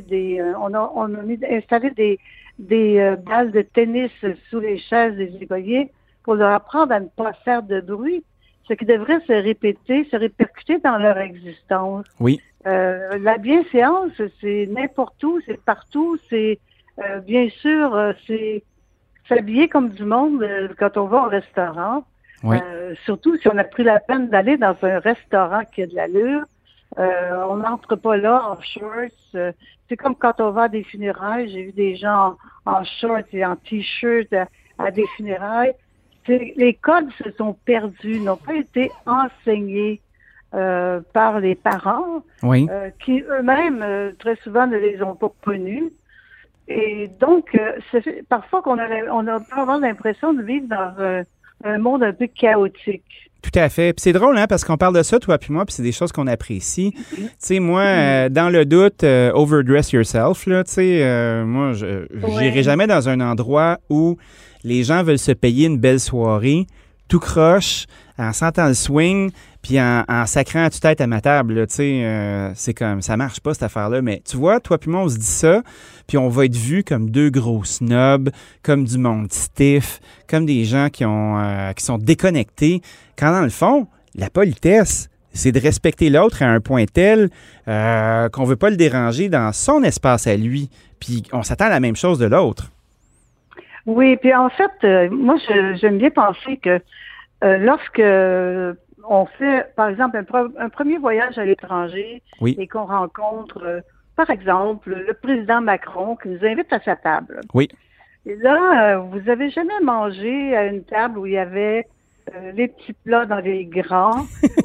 installé des balles de tennis sous les chaises des écoliers pour leur apprendre à ne pas faire de bruit, ce qui devrait se répercuter dans leur existence. Oui. La bienséance, c'est n'importe où, c'est partout, c'est bien sûr, c'est s'habiller comme du monde quand on va au restaurant. Oui. Surtout si on a pris la peine d'aller dans un restaurant qui a de l'allure. On n'entre pas là en shorts. C'est comme quand on va à des funérailles. J'ai vu des gens en shorts et en t-shirt à des funérailles. Les codes se sont perdus, n'ont pas été enseignés par les parents, qui eux-mêmes, très souvent, ne les ont pas connus. Et donc, parfois qu'on on a vraiment l'impression de vivre dans un monde un peu chaotique. Tout à fait. Puis c'est drôle, hein, parce qu'on parle de ça, toi puis moi, puis c'est des choses qu'on apprécie. Tu sais, moi, dans le doute, overdress yourself, là, tu sais, moi, je n'irai jamais dans un endroit où les gens veulent se payer une belle soirée, tout croche, en sentant le swing, puis en sacrant à tue-tête à ma table, tu sais, c'est comme, ça marche pas, cette affaire-là. Mais tu vois, toi puis moi, on se dit ça, puis on va être vus comme deux gros snobs, comme du monde stiff, comme des gens qui sont déconnectés, quand dans le fond, la politesse, c'est de respecter l'autre à un point tel qu'on veut pas le déranger dans son espace à lui, puis on s'attend à la même chose de l'autre. Oui, puis en fait, moi, j'aime bien penser que lorsque on fait, par exemple, un premier voyage à l'étranger et qu'on rencontre, par exemple, le président Macron qui nous invite à sa table. Oui. Et là, vous avez jamais mangé à une table où il y avait les petits plats dans les grands,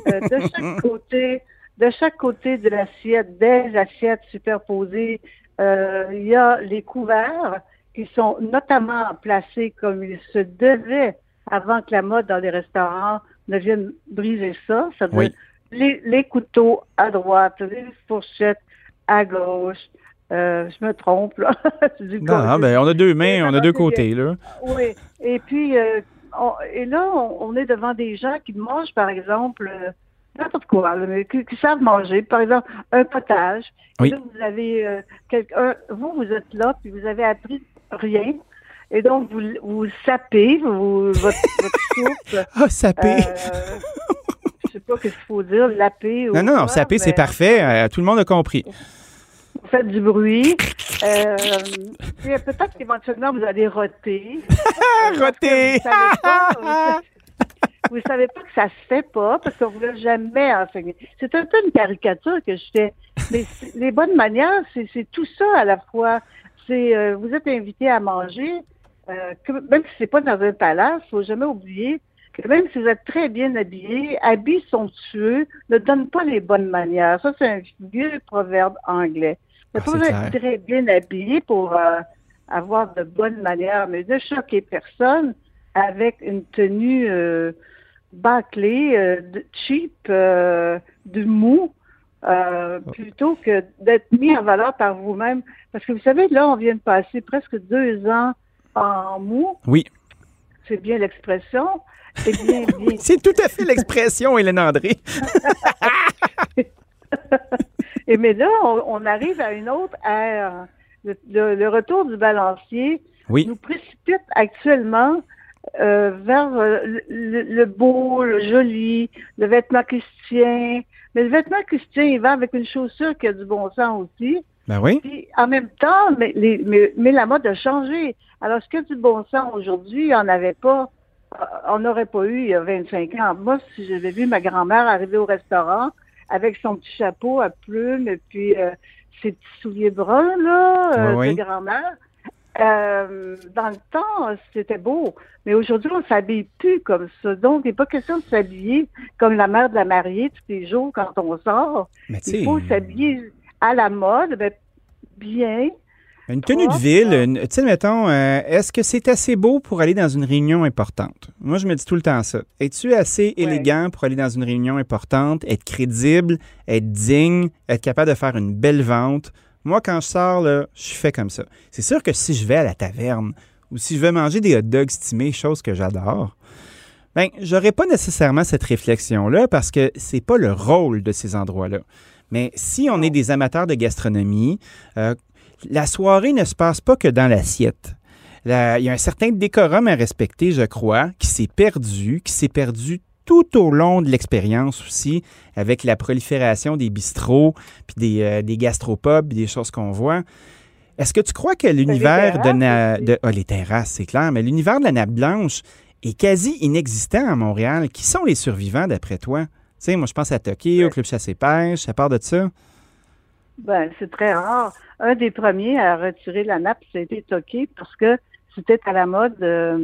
de chaque côté de l'assiette, des assiettes superposées, il y a les couverts qui sont notamment placés comme il se devait avant que la mode dans les restaurants ne vienne briser ça. Ça veut dire les couteaux à droite, les fourchettes à gauche. Je me trompe, là. On a deux mains, on a deux côtés, là. Oui. Et puis, on est devant des gens qui mangent, par exemple, n'importe quoi, mais qui savent manger. Par exemple, un potage. Oui. Là, vous avez vous êtes là, puis vous avez appris rien. Et donc, vous sapez votre soupe. Ah, saper! Je sais pas ce qu'il faut dire, laper ou Non, saper, c'est parfait. Tout le monde a compris. Vous faites du bruit. Puis peut-être qu'éventuellement, vous allez roter. Roter! Vous savez pas que ça se fait pas parce qu'on vous l'a jamais enseigné. C'est un peu une caricature que je fais. Mais les bonnes manières, c'est tout ça à la fois. C'est vous êtes invité à manger, même si c'est pas dans un palace, faut jamais oublier que même si vous êtes très bien habillé, habits somptueux ne donnent pas les bonnes manières. Ça, c'est un vieux proverbe anglais. Il faut être très bien habillé pour avoir de bonnes manières, mais ne choquer personne avec une tenue bâclée, cheap, de mou, plutôt que d'être mis en valeur par vous-même. Parce que vous savez, là, on vient de passer presque 2 ans en mou. Oui. C'est bien l'expression. C'est bien. C'est tout à fait l'expression, Hélène André. Mais là, on arrive à une autre ère. Le retour du balancier nous précipite actuellement vers le beau, le joli, le vêtement qui se tient. Mais le vêtement qui se tient, il va avec une chaussure qui a du bon sens aussi. Ben oui. Puis, en même temps, mais la mode a changé. Alors, ce qui a du bon sens aujourd'hui, il n'y en avait pas. On n'aurait pas eu il y a 25 ans. Moi, si j'avais vu ma grand-mère arriver au restaurant avec son petit chapeau à plumes et puis ses petits souliers bruns, là, de grand-mère, dans le temps, c'était beau. Mais aujourd'hui, on ne s'habille plus comme ça. Donc, il n'est pas question de s'habiller comme la mère de la mariée tous les jours quand on sort. Il faut s'habiller à la mode, bien. Une tenue de ville, tu sais, mettons, est-ce que c'est assez beau pour aller dans une réunion importante? Moi, je me dis tout le temps ça. Es-tu assez élégant pour aller dans une réunion importante, être crédible, être digne, être capable de faire une belle vente? Moi, quand je sors, là, je fais comme ça. C'est sûr que si je vais à la taverne ou si je vais manger des hot dogs stimés, chose que j'adore, bien, j'aurais pas nécessairement cette réflexion-là parce que c'est pas le rôle de ces endroits-là. Mais si on est des amateurs de gastronomie, la soirée ne se passe pas que dans l'assiette. Il y a un certain décorum à respecter, je crois, qui s'est perdu tout au long de l'expérience aussi, avec la prolifération des bistrots, puis des gastropubs, des choses qu'on voit. Est-ce que tu crois que l'univers les terrasses, c'est clair, mais l'univers de la nappe blanche est quasi inexistant à Montréal? Qui sont les survivants, d'après toi? Tu sais, moi, je pense à Tokyo, au Club Chasse et Pêche, à part de ça. Ben, c'est très rare. Un des premiers à retirer la nappe, c'était Tokyo, parce que c'était à la mode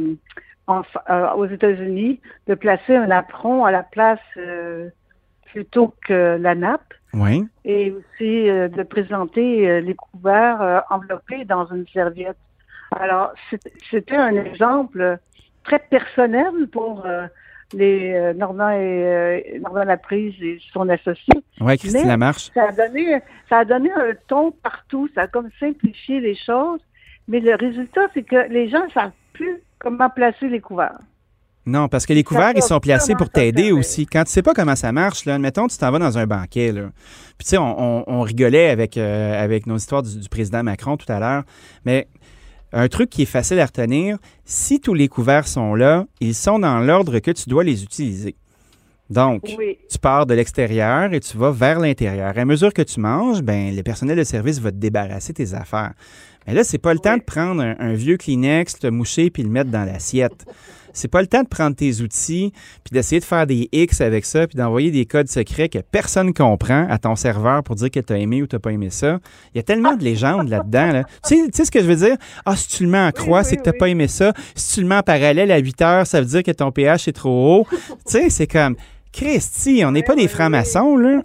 aux États-Unis de placer un apron à la place plutôt que la nappe. Oui. Et aussi de présenter les couverts enveloppés dans une serviette. Alors, c'était un exemple très personnel pour les Normand Laprise et son associé. Oui, Christine Lamarche. Ça a donné un ton partout, ça a comme simplifié les choses, mais le résultat, c'est que les gens ne savent plus comment placer les couverts. Non, parce que les couverts, ils sont placés pour t'aider aussi. Quand tu sais pas comment ça marche, là, admettons, tu t'en vas dans un banquet, là. Puis tu sais, on rigolait avec nos histoires du président Macron tout à l'heure, mais un truc qui est facile à retenir, si tous les couverts sont là, ils sont dans l'ordre que tu dois les utiliser. Donc, tu pars de l'extérieur et tu vas vers l'intérieur. À mesure que tu manges, ben, le personnel de service va te débarrasser tes affaires. Mais là, c'est pas le temps de prendre un vieux Kleenex, le moucher puis le mettre dans l'assiette. C'est pas le temps de prendre tes outils puis d'essayer de faire des X avec ça puis d'envoyer des codes secrets que personne comprend à ton serveur pour dire que tu as aimé ou tu n'as pas aimé ça. Il y a tellement de légendes là-dedans. Là. Tu sais ce que je veux dire? Ah, si tu le mets en croix, c'est que tu n'as pas aimé ça. Si tu le mets en parallèle à 8 heures, ça veut dire que ton pH est trop haut. Tu sais, c'est comme... Christy, on n'est pas des francs-maçons, là.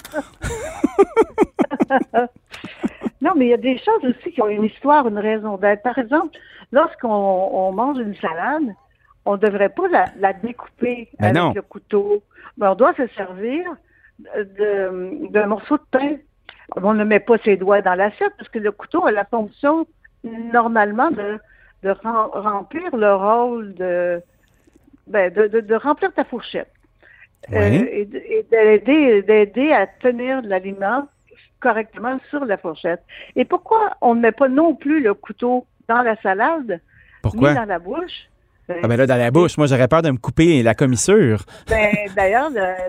Non, mais il y a des choses aussi qui ont une histoire, une raison d'être. Par exemple, lorsqu'on mange une salade, on ne devrait pas la découper avec le couteau. Mais on doit se servir d'un morceau de pain. On ne met pas ses doigts dans l'assiette parce que le couteau a la fonction, normalement, de remplir le rôle de remplir ta fourchette. Et d'aider à tenir l'aliment correctement sur la fourchette. Et pourquoi on ne met pas non plus le couteau dans la salade, ni dans la bouche? Ah ben là, dans la bouche, moi, j'aurais peur de me couper la commissure. D'ailleurs,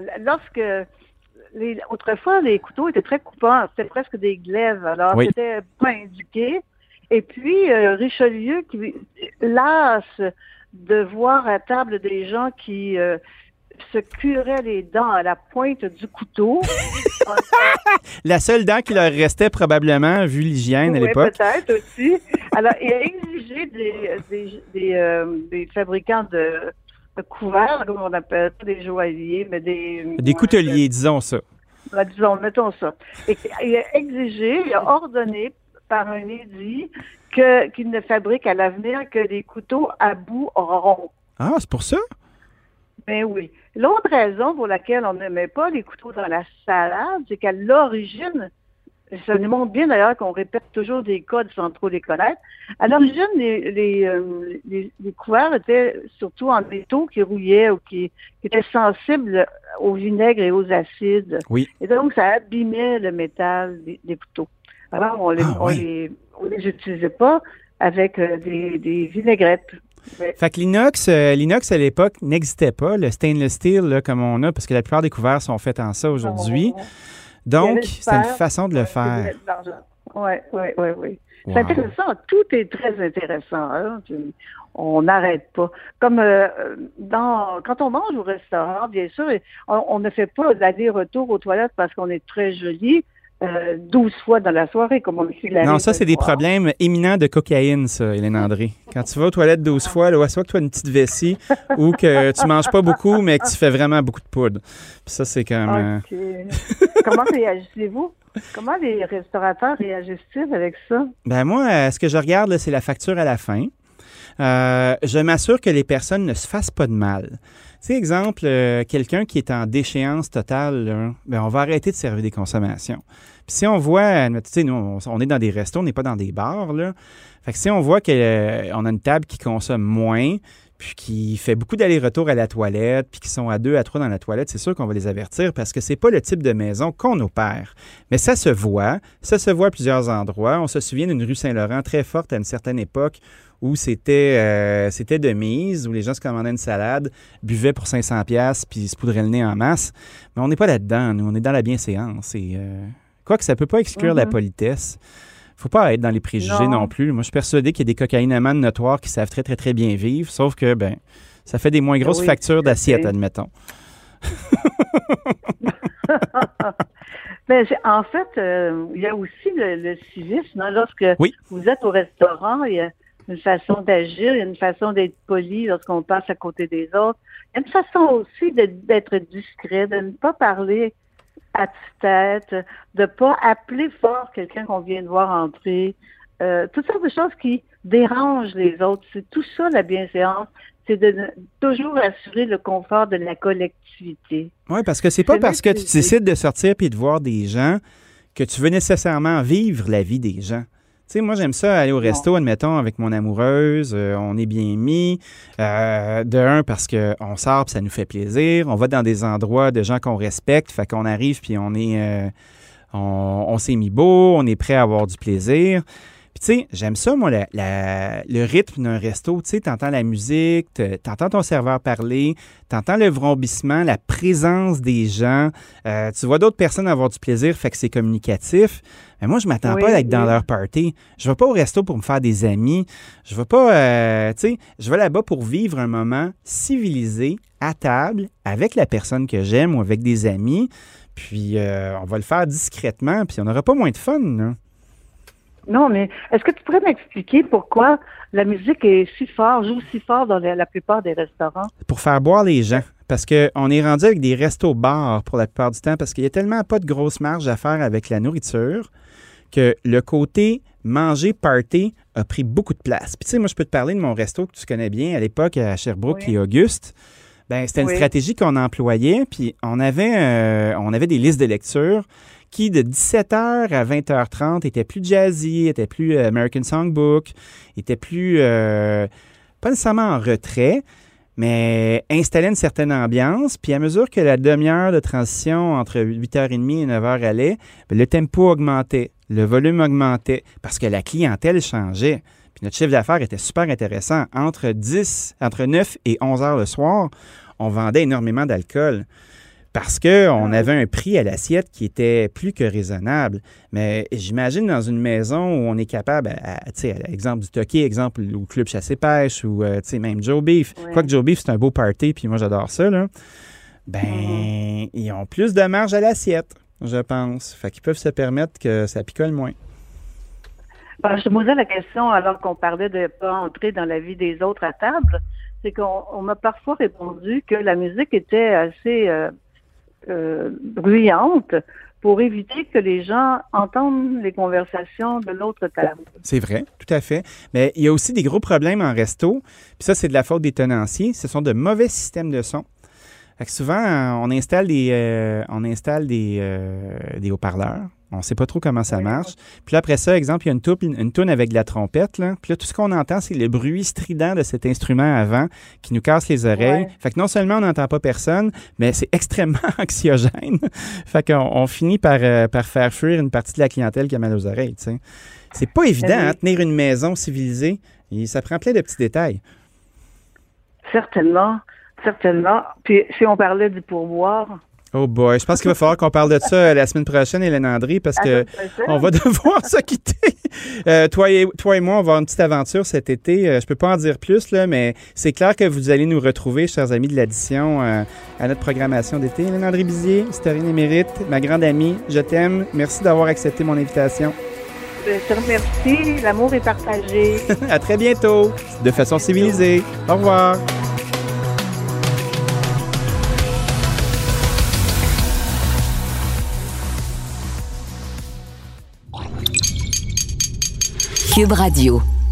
autrefois, les couteaux étaient très coupants. C'était presque des glaives. Alors, c'était pas indiqué. Et puis, Richelieu, qui lasse de voir à table des gens qui se curait les dents à la pointe du couteau. La seule dent qui leur restait probablement, vu l'hygiène à l'époque. Peut-être aussi. Alors, il a exigé des fabricants de couverts, comme on appelle ça, des joailliers, mais des couteliers, disons ça. Mettons ça. Et il a exigé, il a ordonné par un édit qu'il ne fabrique à l'avenir que des couteaux à bout rond. Ah, c'est pour ça? Ben oui. L'autre raison pour laquelle on ne met pas les couteaux dans la salade, c'est qu'à l'origine, ça nous montre bien d'ailleurs qu'on répète toujours des codes sans trop les connaître. À l'origine, les couverts étaient surtout en métaux qui rouillaient ou qui étaient sensibles au vinaigre et aux acides. Oui. Et donc, ça abîmait le métal des couteaux. Alors, on les utilisait pas avec des vinaigrettes. Ouais. Fait que l'inox à l'époque n'existait pas, le stainless steel là, comme on a, parce que la plupart des couverts sont faits en ça aujourd'hui. Donc, c'est une façon de le faire. Oui. Wow. C'est intéressant. Tout est très intéressant. Hein? On n'arrête pas. Comme quand on mange au restaurant, bien sûr, on ne fait pas d'aller-retour aux toilettes parce qu'on est très joli. 12 fois dans la soirée, comme on dit. Non, ça, c'est des problèmes éminents de cocaïne, ça, Hélène André. Quand tu vas aux toilettes 12 fois, là, soit que tu as une petite vessie ou que tu manges pas beaucoup, mais que tu fais vraiment beaucoup de poudre. Puis ça, c'est comme... Okay. Comment réagissez-vous? Comment les restaurateurs réagissent-ils avec ça? Ben moi, ce que je regarde, là, c'est la facture à la fin. Je m'assure que les personnes ne se fassent pas de mal. Tu sais, exemple, quelqu'un qui est en déchéance totale, là, ben on va arrêter de servir des consommations. Puis si on voit, tu sais, nous, on est dans des restos, on n'est pas dans des bars, là. Fait que si on voit qu'on a une table qui consomme moins, puis qui fait beaucoup d'allers-retours à la toilette, puis qui sont à 2, à 3 dans la toilette, c'est sûr qu'on va les avertir parce que c'est pas le type de maison qu'on opère. Mais ça se voit à plusieurs endroits. On se souvient d'une rue Saint-Laurent très forte à une certaine époque où c'était de mise, où les gens se commandaient une salade, buvaient pour 500$ puis se poudraient le nez en masse. Mais on n'est pas là-dedans, nous. On est dans la bienséance. Et quoique ça ne peut pas exclure la politesse. Faut pas être dans les préjugés non plus. Moi, je suis persuadé qu'il y a des cocaïnomanes notoires qui savent très, très, très bien vivre, sauf que, ça fait des moins grosses factures d'assiette, admettons. En fait, il y a aussi le civisme. Hein, lorsque vous êtes au restaurant, il y a une façon d'agir, il y a une façon d'être poli lorsqu'on passe à côté des autres. Il y a une façon aussi d'être discret, de ne pas parler à tue-tête, de ne pas appeler fort quelqu'un qu'on vient de voir entrer. Toutes sortes de choses qui dérangent les autres. C'est tout ça, la bienséance. C'est de toujours assurer le confort de la collectivité. Oui, parce que c'est pas parce que tu décides de sortir puis de voir des gens que tu veux nécessairement vivre la vie des gens. Tu sais, moi, j'aime ça aller au resto, admettons, avec mon amoureuse. On est bien mis. De un, parce qu'on sort puis ça nous fait plaisir. On va dans des endroits de gens qu'on respecte. Fait qu'on arrive puis on s'est mis beau. On est prêt à avoir du plaisir. Puis, tu sais, j'aime ça, moi, le rythme d'un resto. Tu sais, t'entends la musique, t'entends ton serveur parler, t'entends le vrombissement, la présence des gens. Tu vois d'autres personnes avoir du plaisir, fait que c'est communicatif. Mais moi, je m'attends pas à être dans leur party. Je vais pas au resto pour me faire des amis. Je vais pas, tu sais, je vais là-bas pour vivre un moment civilisé, à table, avec la personne que j'aime ou avec des amis. Puis, on va le faire discrètement, puis on n'aura pas moins de fun, là. Non, mais est-ce que tu pourrais m'expliquer pourquoi la musique est joue si fort dans la plupart des restaurants? Pour faire boire les gens. Parce qu'on est rendu avec des restos-bars pour la plupart du temps, parce qu'il y a tellement pas de grosse marge à faire avec la nourriture que le côté manger, party a pris beaucoup de place. Puis tu sais, moi, je peux te parler de mon resto que tu connais bien à l'époque à Sherbrooke et Auguste. Ben, c'était une stratégie qu'on employait, puis on avait des listes de lecture qui, de 17h à 20h30, étaient plus jazzy, étaient plus American Songbook, étaient plus, pas nécessairement en retrait, mais installaient une certaine ambiance. Puis à mesure que la demi-heure de transition entre 8h30 et 9h allait, bien, le tempo augmentait, le volume augmentait, parce que la clientèle changeait. Puis notre chiffre d'affaires était super intéressant. Entre 9 et 11 heures le soir, on vendait énormément d'alcool. Parce qu'on avait un prix à l'assiette qui était plus que raisonnable. Mais j'imagine dans une maison où on est capable, tu sais, exemple du Toqué, exemple au Club Chasse-et-Pêche ou, tu sais, même Joe Beef. Quoique Joe Beef, c'est un beau party, puis moi, j'adore ça, là. Ben, ils ont plus de marge à l'assiette, je pense. Fait qu'ils peuvent se permettre que ça picole moins. Ben, je me posais la question, alors qu'on parlait de ne pas entrer dans la vie des autres à table, c'est qu'on m'a parfois répondu que la musique était assez... bruyante pour éviter que les gens entendent les conversations de l'autre table. C'est vrai, tout à fait. Mais il y a aussi des gros problèmes en resto, puis ça, c'est de la faute des tenanciers. Ce sont de mauvais systèmes de son. Fait que souvent, on installe des haut-parleurs. On ne sait pas trop comment ça marche. Puis là, après ça, exemple, il y a une toune avec de la trompette. Là. Puis là, tout ce qu'on entend, c'est le bruit strident de cet instrument avant qui nous casse les oreilles. Fait que non seulement on n'entend pas personne, mais c'est extrêmement anxiogène. Fait qu'on finit par faire fuir une partie de la clientèle qui a mal aux oreilles. T'sais. C'est pas évident, tenir une maison civilisée. Et ça prend plein de petits détails. Certainement. Puis si on parlait du pourboire... Oh boy, je pense qu'il va falloir qu'on parle de ça la semaine prochaine, Hélène André, parce que on va devoir se quitter. Toi et moi, on va avoir une petite aventure cet été. Je peux pas en dire plus, là, mais c'est clair que vous allez nous retrouver, chers amis de l'addition, à notre programmation d'été. Hélène André Bizier, historienne émérite, ma grande amie, je t'aime. Merci d'avoir accepté mon invitation. Je te remercie. L'amour est partagé. À très bientôt, de façon civilisée. Au revoir. Cube Radio.